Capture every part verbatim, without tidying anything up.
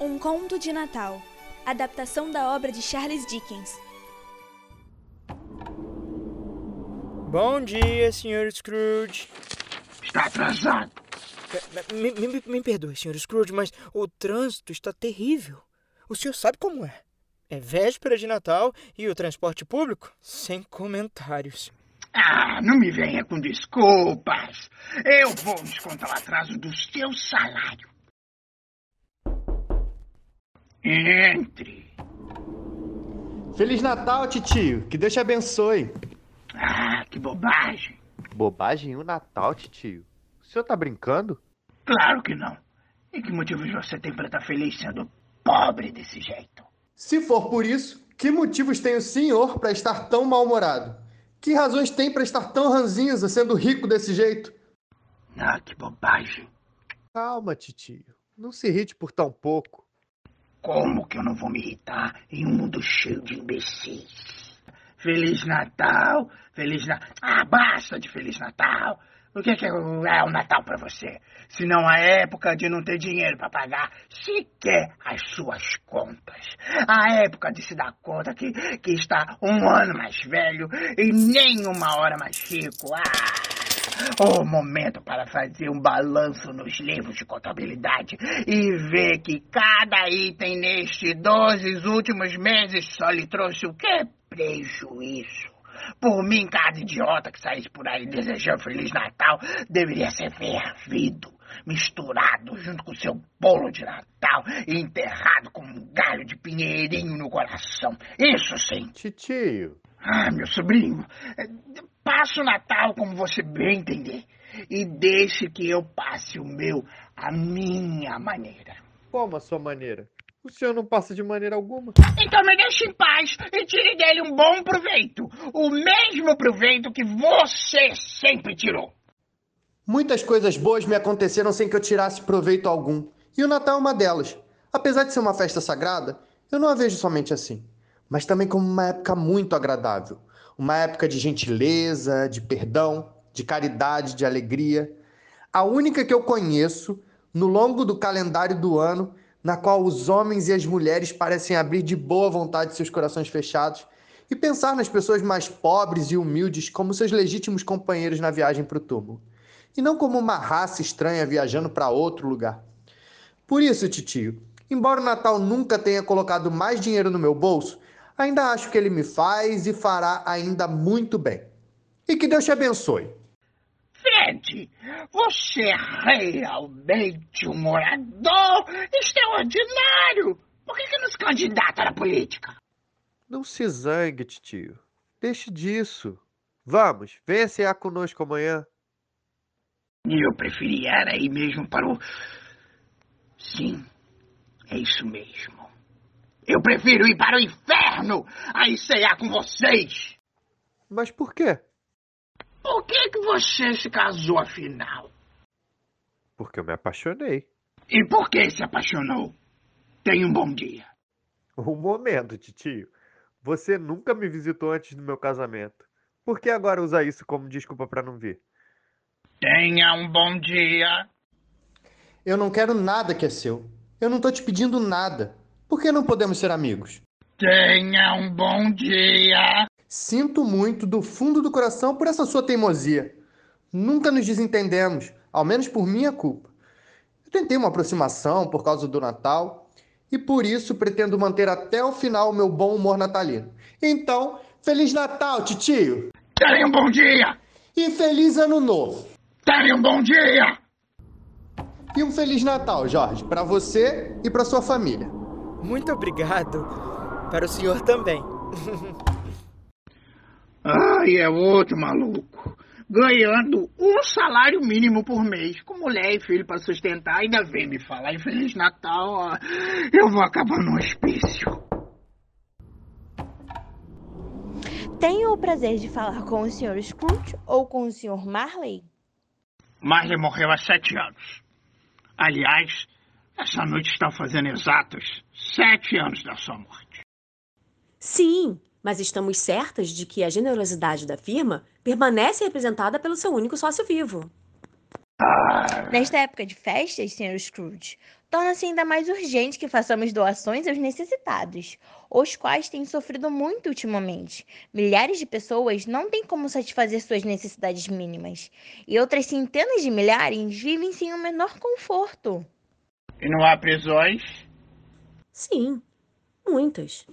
Um Conto de Natal, adaptação da obra de Charles Dickens. Bom dia, senhor Scrooge. Está atrasado. Me, me, me perdoe, senhor Scrooge, mas o trânsito está terrível. O senhor sabe como é. É véspera de Natal e o transporte público? Sem comentários. Ah, não me venha com desculpas. Eu vou descontar o atraso do seu salário. Entre. Feliz Natal, titio. Que Deus te abençoe. Ah, que bobagem. Bobagem o Natal, titio? O senhor tá brincando? Claro que não. E que motivos você tem para estar feliz sendo pobre desse jeito? Se for por isso, que motivos tem o senhor para estar tão mal-humorado? Que razões tem para estar tão ranzinza sendo rico desse jeito? Ah, que bobagem. Calma, titio. Não se irrite por tão pouco. Como que eu não vou me irritar em um mundo cheio de imbecis? Feliz Natal, Feliz Natal. Ah, basta de Feliz Natal. O que é, que é o Natal para você? Se não a época de não ter dinheiro para pagar sequer as suas contas. A época de se dar conta que, que está um ano mais velho e nem uma hora mais rico. Ah, o momento para fazer um balanço nos livros de contabilidade e ver que cada item nestes doze últimos meses só lhe trouxe o quê? Prejuízo. Por mim, cada idiota que saísse por aí desejando Feliz Natal deveria ser fervido, misturado junto com seu bolo de Natal e enterrado com um galho de pinheirinho no coração. Isso sim. Titio. Ah, meu sobrinho, passe o Natal como você bem entender e deixe que eu passe o meu à minha maneira. Como a sua maneira? O senhor não passa de maneira alguma. Então me deixe em paz e tire dele um bom proveito. O mesmo proveito que você sempre tirou. Muitas coisas boas me aconteceram sem que eu tirasse proveito algum. E o Natal é uma delas. Apesar de ser uma festa sagrada, eu não a vejo somente assim. Mas também como uma época muito agradável. Uma época de gentileza, de perdão, de caridade, de alegria. A única que eu conheço, no longo do calendário do ano, na qual os homens e as mulheres parecem abrir de boa vontade seus corações fechados e pensar nas pessoas mais pobres e humildes como seus legítimos companheiros na viagem para o túmulo, e não como uma raça estranha viajando para outro lugar. Por isso, titio, embora o Natal nunca tenha colocado mais dinheiro no meu bolso, ainda acho que ele me faz e fará ainda muito bem. E que Deus te abençoe. Fred, você é realmente um orador extraordinário. Por que, que não se candidata na política? Não se zangue, titio. Deixe disso. Vamos, venha cear conosco amanhã. Eu preferia ir mesmo para o... Sim, é isso mesmo. Eu prefiro ir para o inferno a ir cear com vocês. Mas por quê? Por que que você se casou, afinal? Porque eu me apaixonei. E por que se apaixonou? Tenha um bom dia. Um momento, titio. Você nunca me visitou antes do meu casamento. Por que agora usar isso como desculpa para não vir? Tenha um bom dia. Eu não quero nada que é seu. Eu não tô te pedindo nada. Por que não podemos ser amigos? Tenha um bom dia. Sinto muito do fundo do coração por essa sua teimosia. Nunca nos desentendemos, ao menos por minha culpa. Eu tentei uma aproximação por causa do Natal e por isso pretendo manter até o final o meu bom humor natalino. Então, Feliz Natal, titio! Tenha um bom dia. E Feliz Ano Novo! Tenha um bom dia. E um Feliz Natal, Jorge, para você e para sua família. Muito obrigado. Para o senhor também. Ai, é outro maluco. Ganhando um salário mínimo por mês, com mulher e filho para sustentar, ainda vem me falar em Feliz Natal. Ó. Eu vou acabar no hospício. Tenho o prazer de falar com o senhor Scrooge ou com o senhor Marley? Marley morreu há sete anos. Aliás, essa noite está fazendo exatos sete anos da sua morte. Sim, mas estamos certas de que a generosidade da firma permanece representada pelo seu único sócio vivo. Nesta época de festas, senhor Scrooge, torna-se ainda mais urgente que façamos doações aos necessitados, os quais têm sofrido muito ultimamente. Milhares de pessoas não têm como satisfazer suas necessidades mínimas, e outras centenas de milhares vivem sem o menor conforto. E não há prisões? Sim, muitas.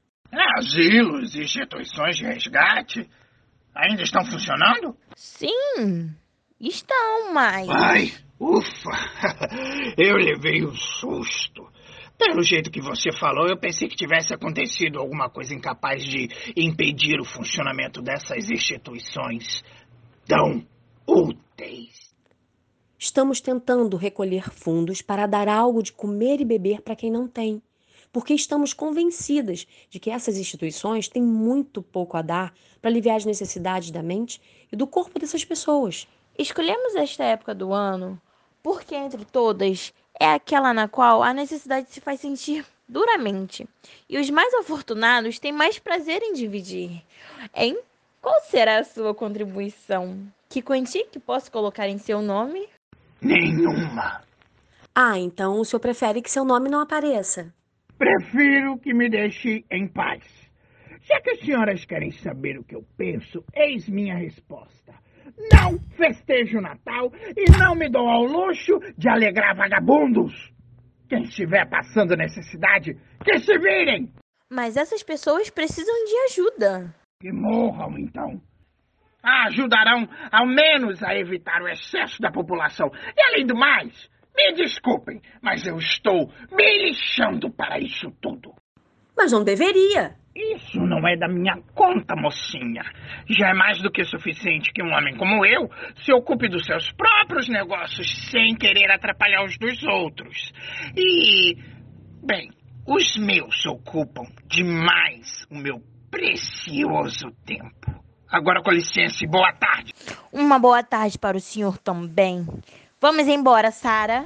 Asilos e instituições de resgate ainda estão funcionando? Sim, estão, mas... Ai, ufa! Eu levei um susto. Pelo jeito que você falou, eu pensei que tivesse acontecido alguma coisa incapaz de impedir o funcionamento dessas instituições tão úteis. Estamos tentando recolher fundos para dar algo de comer e beber para quem não tem, porque estamos convencidas de que essas instituições têm muito pouco a dar para aliviar as necessidades da mente e do corpo dessas pessoas. Escolhemos esta época do ano porque, entre todas, é aquela na qual a necessidade se faz sentir duramente. E os mais afortunados têm mais prazer em dividir. Hein? Qual será a sua contribuição? Que quantia que posso colocar em seu nome? Nenhuma. Ah, então o senhor prefere que seu nome não apareça? Prefiro que me deixe em paz. Já que as senhoras querem saber o que eu penso, eis minha resposta. Não festejo o Natal e não me dou ao luxo de alegrar vagabundos. Quem estiver passando necessidade, que se virem. Mas essas pessoas precisam de ajuda. Que morram, então. Ajudarão, ao menos, a evitar o excesso da população. E, além do mais, me desculpem, mas eu estou me lixando para isso tudo. Mas não deveria. Isso não é da minha conta, mocinha. Já é mais do que suficiente que um homem como eu se ocupe dos seus próprios negócios sem querer atrapalhar os dos outros. E, bem, os meus ocupam demais o meu precioso tempo. Agora, com licença e boa tarde. Uma boa tarde para o senhor também. Vamos embora, Sara.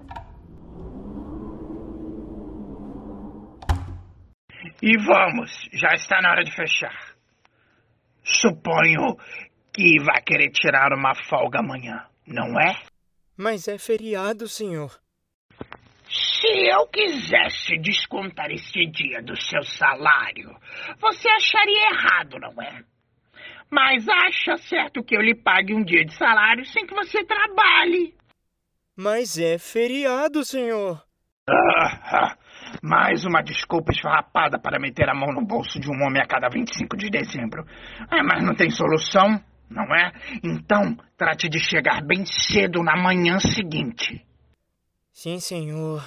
E vamos, já está na hora de fechar. Suponho que vai querer tirar uma folga amanhã, não é? Mas é feriado, senhor. Se eu quisesse descontar esse dia do seu salário, você acharia errado, não é? Mas acha certo que eu lhe pague um dia de salário sem que você trabalhe. Mas é feriado, senhor. Ah, ah, mais uma desculpa esfarrapada para meter a mão no bolso de um homem a cada vinte e cinco de dezembro. Ah, mas não tem solução, não é? Então, trate de chegar bem cedo na manhã seguinte. Sim, senhor.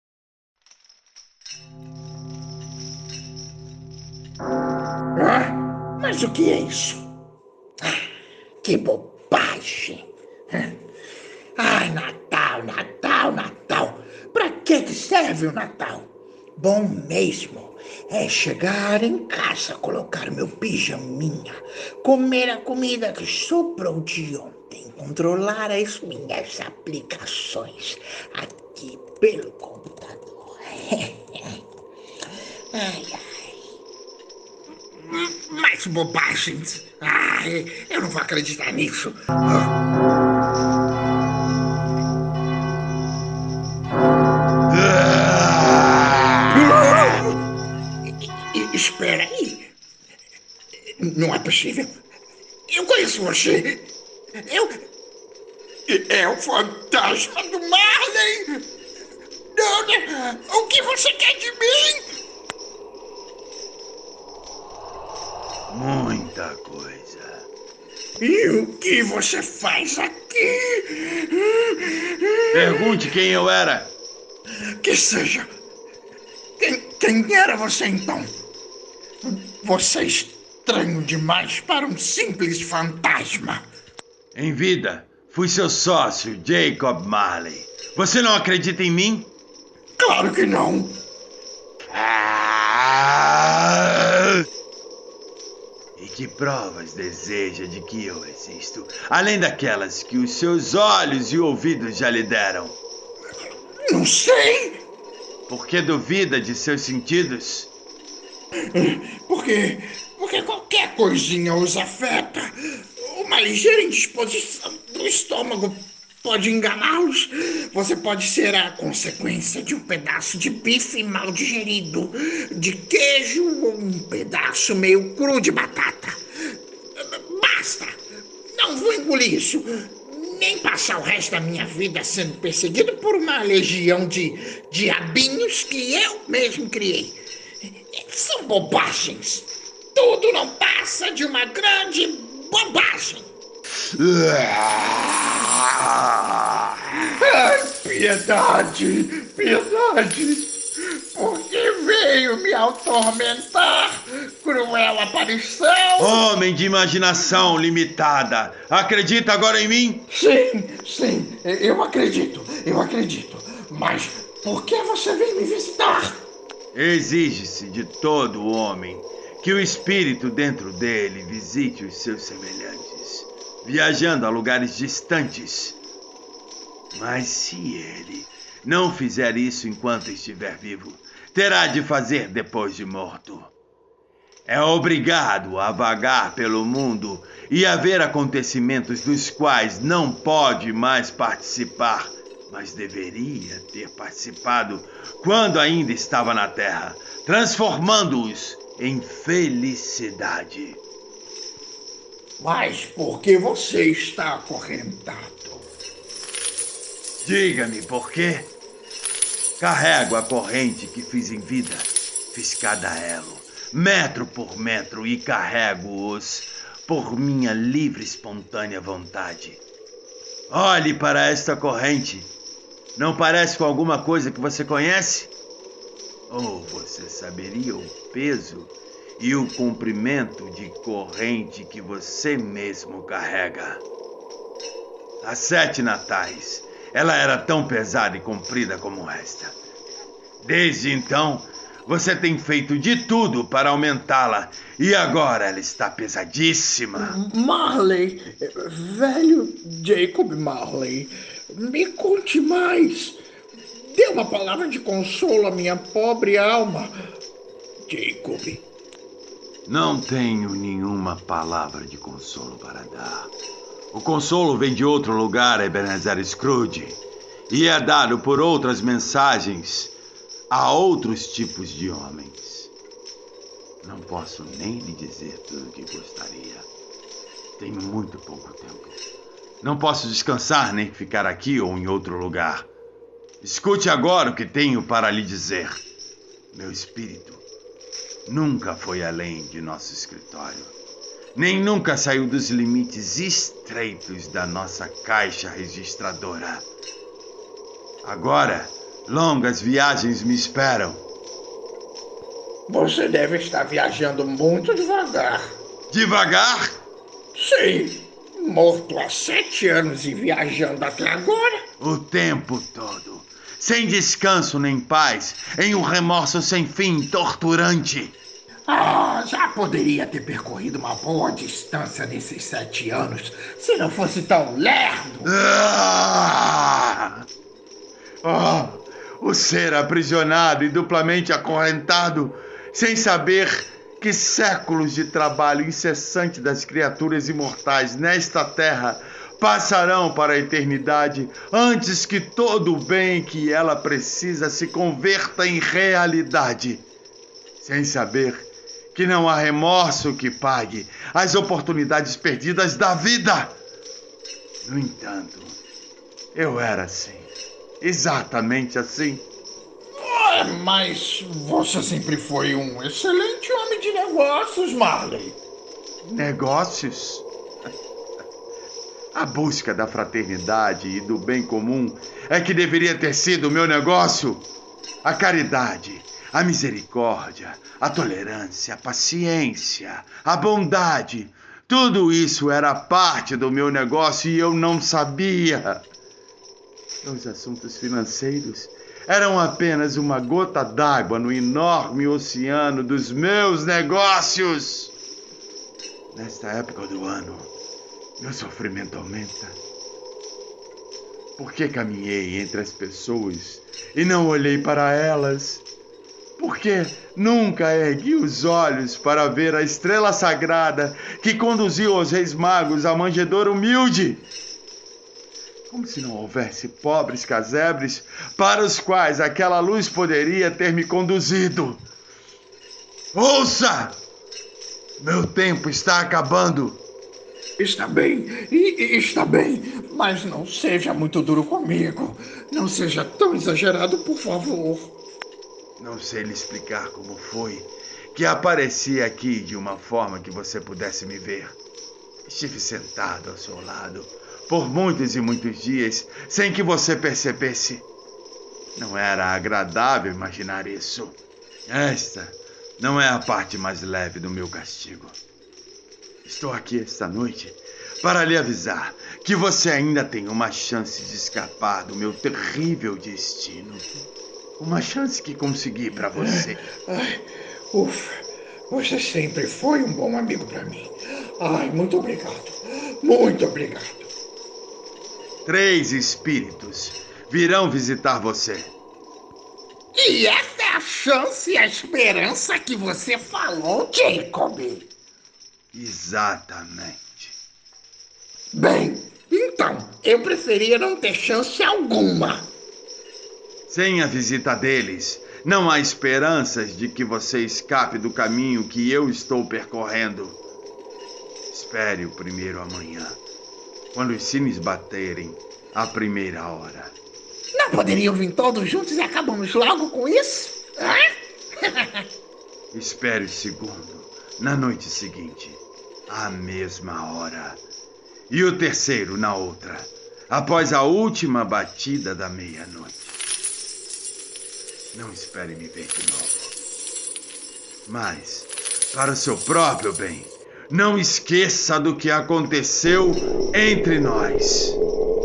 Ah, mas o que é isso? Ah, que bobagem! Ai, Natal, Natal, Natal! Pra que que serve o Natal? Bom mesmo é chegar em casa, colocar meu pijaminha, comer a comida que sobrou de ontem, controlar as minhas aplicações aqui pelo computador. Ai, ai. Mais bobagens. Ai, eu não vou acreditar nisso. Espera aí. Não é possível. Eu conheço você. Eu... É o fantasma do Marley. Não, não. O que você quer de mim? Muita coisa. E o que você faz aqui? Pergunte quem eu era. Que seja. Quem, quem era você então? Você é estranho demais para um simples fantasma. Em vida, fui seu sócio, Jacob Marley. Você não acredita em mim? Claro que não. Ah! E que provas deseja de que eu existo, além daquelas que os seus olhos e ouvidos já lhe deram? Não sei. Por que duvida de seus sentidos? Porque, porque qualquer coisinha os afeta. Uma ligeira indisposição do estômago pode enganá-los. Você pode ser a consequência de um pedaço de bife mal digerido, de queijo ou um pedaço meio cru de batata. Basta! Não vou engolir isso. Nem passar o resto da minha vida sendo perseguido por uma legião de diabinhos que eu mesmo criei. São bobagens. Tudo não passa de uma grande bobagem. Ai, piedade, piedade. Por que veio me atormentar, cruel aparição? Homem de imaginação limitada, acredita agora em mim? Sim, sim, eu acredito, eu acredito. Mas por que você veio me visitar? Exige-se de todo homem que o espírito dentro dele visite os seus semelhantes, viajando a lugares distantes. Mas se ele não fizer isso enquanto estiver vivo, terá de fazer depois de morto. É obrigado a vagar pelo mundo e a ver acontecimentos dos quais não pode mais participar, mas deveria ter participado quando ainda estava na Terra, transformando-os em felicidade. Mas por que você está acorrentado? Diga-me por quê? Carrego a corrente que fiz em vida. Fiz cada elo, metro por metro, e carrego-os por minha livre e espontânea vontade. Olhe para esta corrente. Não parece com alguma coisa que você conhece? Ou você saberia o peso e o comprimento de corrente que você mesmo carrega? Há sete natais, ela era tão pesada e comprida como esta. Desde então, você tem feito de tudo para aumentá-la, e agora ela está pesadíssima. Marley, velho Jacob Marley, me conte mais. Dê uma palavra de consolo à minha pobre alma, Jacob. Não tenho nenhuma palavra de consolo para dar. O consolo vem de outro lugar, Ebenezer Scrooge, e é dado por outras mensagens a outros tipos de homens. Não posso nem lhe dizer tudo o que gostaria. Tenho muito pouco tempo. Não posso descansar nem ficar aqui ou em outro lugar. Escute agora o que tenho para lhe dizer. Meu espírito nunca foi além de nosso escritório, nem nunca saiu dos limites estreitos da nossa caixa registradora. Agora, longas viagens me esperam. Você deve estar viajando muito devagar. Devagar? Sim, morto há sete anos e viajando até agora. O tempo todo, sem descanso nem paz, em um remorso sem fim torturante. Ah, já poderia ter percorrido uma boa distância nesses sete anos, se não fosse tão lerdo. Ah! Oh, o ser aprisionado e duplamente acorrentado, sem saber que séculos de trabalho incessante das criaturas imortais nesta terra passarão para a eternidade antes que todo o bem que ela precisa se converta em realidade. Sem saber que não há remorso que pague as oportunidades perdidas da vida. No entanto, eu era assim, exatamente assim. Ah, mas você sempre foi um excelente homem de negócios, Marley. Negócios? A busca da fraternidade e do bem comum é que deveria ter sido o meu negócio. A caridade, a misericórdia, a tolerância, a paciência, a bondade, tudo isso era parte do meu negócio e eu não sabia. Os assuntos financeiros eram apenas uma gota d'água no enorme oceano dos meus negócios. Nesta época do ano, meu sofrimento aumenta. Por que caminhei entre as pessoas e não olhei para elas? Por que nunca ergui os olhos para ver a estrela sagrada que conduziu os reis magos à manjedoura humilde? Como se não houvesse pobres casebres para os quais aquela luz poderia ter me conduzido. Ouça! Meu tempo está acabando. Está bem, e, está bem, mas não seja muito duro comigo. Não seja tão exagerado, por favor. Não sei lhe explicar como foi que apareci aqui de uma forma que você pudesse me ver. Estive sentado ao seu lado por muitos e muitos dias sem que você percebesse. Não era agradável imaginar isso. Esta não é a parte mais leve do meu castigo. Estou aqui esta noite para lhe avisar que você ainda tem uma chance de escapar do meu terrível destino. Uma chance que consegui para você. Ai, ufa, você sempre foi um bom amigo para mim. Ai, muito obrigado. Muito obrigado. Três espíritos virão visitar você. E essa é a chance e a esperança que você falou, Jacob. Exatamente. Bem, então, eu preferia não ter chance alguma. Sem a visita deles, não há esperanças de que você escape do caminho que eu estou percorrendo. Espere o primeiro amanhã, quando os sinos baterem a primeira hora. Não poderiam vir todos juntos e acabamos logo com isso? Hã? Espere o segundo, na noite seguinte, à mesma hora. E o terceiro na outra, após a última batida da meia-noite. Não espere me ver de novo. Mas, para o seu próprio bem, não esqueça do que aconteceu entre nós.